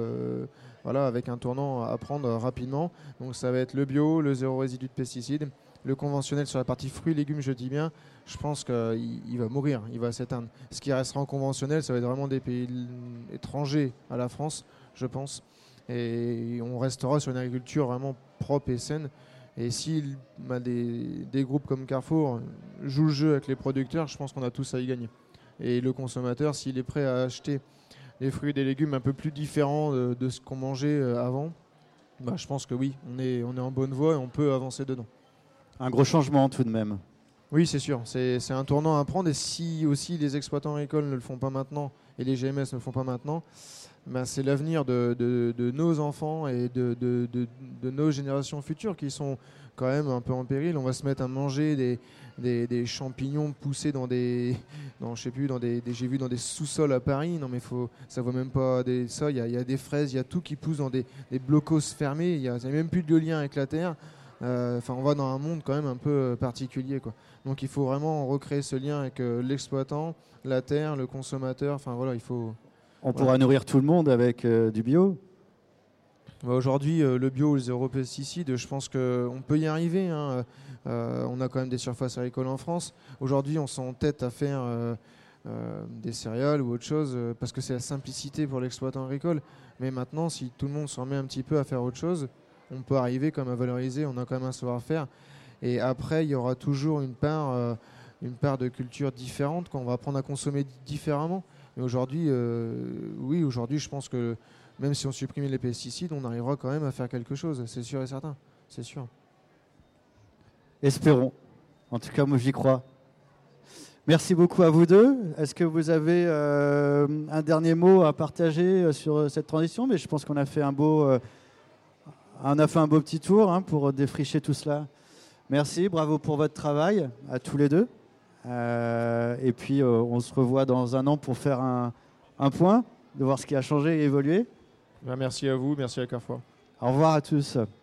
voilà, avec un tournant à prendre rapidement. Donc ça va être le bio, le zéro résidu de pesticides. Le conventionnel sur la partie fruits et légumes, je dis bien, je pense qu'il va mourir, il va s'éteindre. Ce qui restera en conventionnel, ça va être vraiment des pays étrangers à la France, je pense. Et on restera sur une agriculture vraiment propre et saine. Et si des groupes comme Carrefour jouent le jeu avec les producteurs, je pense qu'on a tous à y gagner. Et le consommateur, s'il est prêt à acheter des fruits et des légumes un peu plus différents de ce qu'on mangeait avant, bah, je pense que oui, on est en bonne voie et on peut avancer dedans. Un gros changement tout de même. Oui, c'est sûr. C'est un tournant à prendre. Et si aussi les exploitants agricoles ne le font pas maintenant et les GMS ne le font pas maintenant, ben c'est l'avenir de nos enfants et de nos générations futures qui sont quand même un peu en péril. On va se mettre à manger des champignons poussés j'ai vu dans des sous-sols à Paris. Non mais ça vaut même pas ça. Il y a des fraises, il y a tout qui pousse dans des blocos fermés. Il n'y a même plus de lien avec la terre. On va dans un monde quand même un peu particulier, quoi. Donc il faut vraiment recréer ce lien avec l'exploitant, la terre, le consommateur. Enfin voilà, il faut. On pourra nourrir tout le monde avec du bio. Bah, aujourd'hui, le bio, le zéro pesticide, je pense qu'on peut y arriver. Hein. On a quand même des surfaces agricoles en France. Aujourd'hui, on s'entête à faire des céréales ou autre chose parce que c'est la simplicité pour l'exploitant agricole. Mais maintenant, si tout le monde s'en met un petit peu à faire autre chose, on peut arriver comme à valoriser, on a quand même un savoir-faire. Et après, il y aura toujours une part de culture différente, qu'on va apprendre à consommer différemment. Mais aujourd'hui, oui, aujourd'hui, je pense que même si on supprime les pesticides, on arrivera quand même à faire quelque chose, c'est sûr et certain, c'est sûr. Espérons. En tout cas, moi, j'y crois. Merci beaucoup à vous deux. Est-ce que vous avez un dernier mot à partager sur cette transition? Mais je pense qu'on a fait on a fait un beau petit tour pour défricher tout cela. Merci, bravo pour votre travail à tous les deux. Et puis on se revoit dans un an pour faire un point, de voir ce qui a changé et évolué. Merci à vous, merci à Carrefour. Au revoir à tous.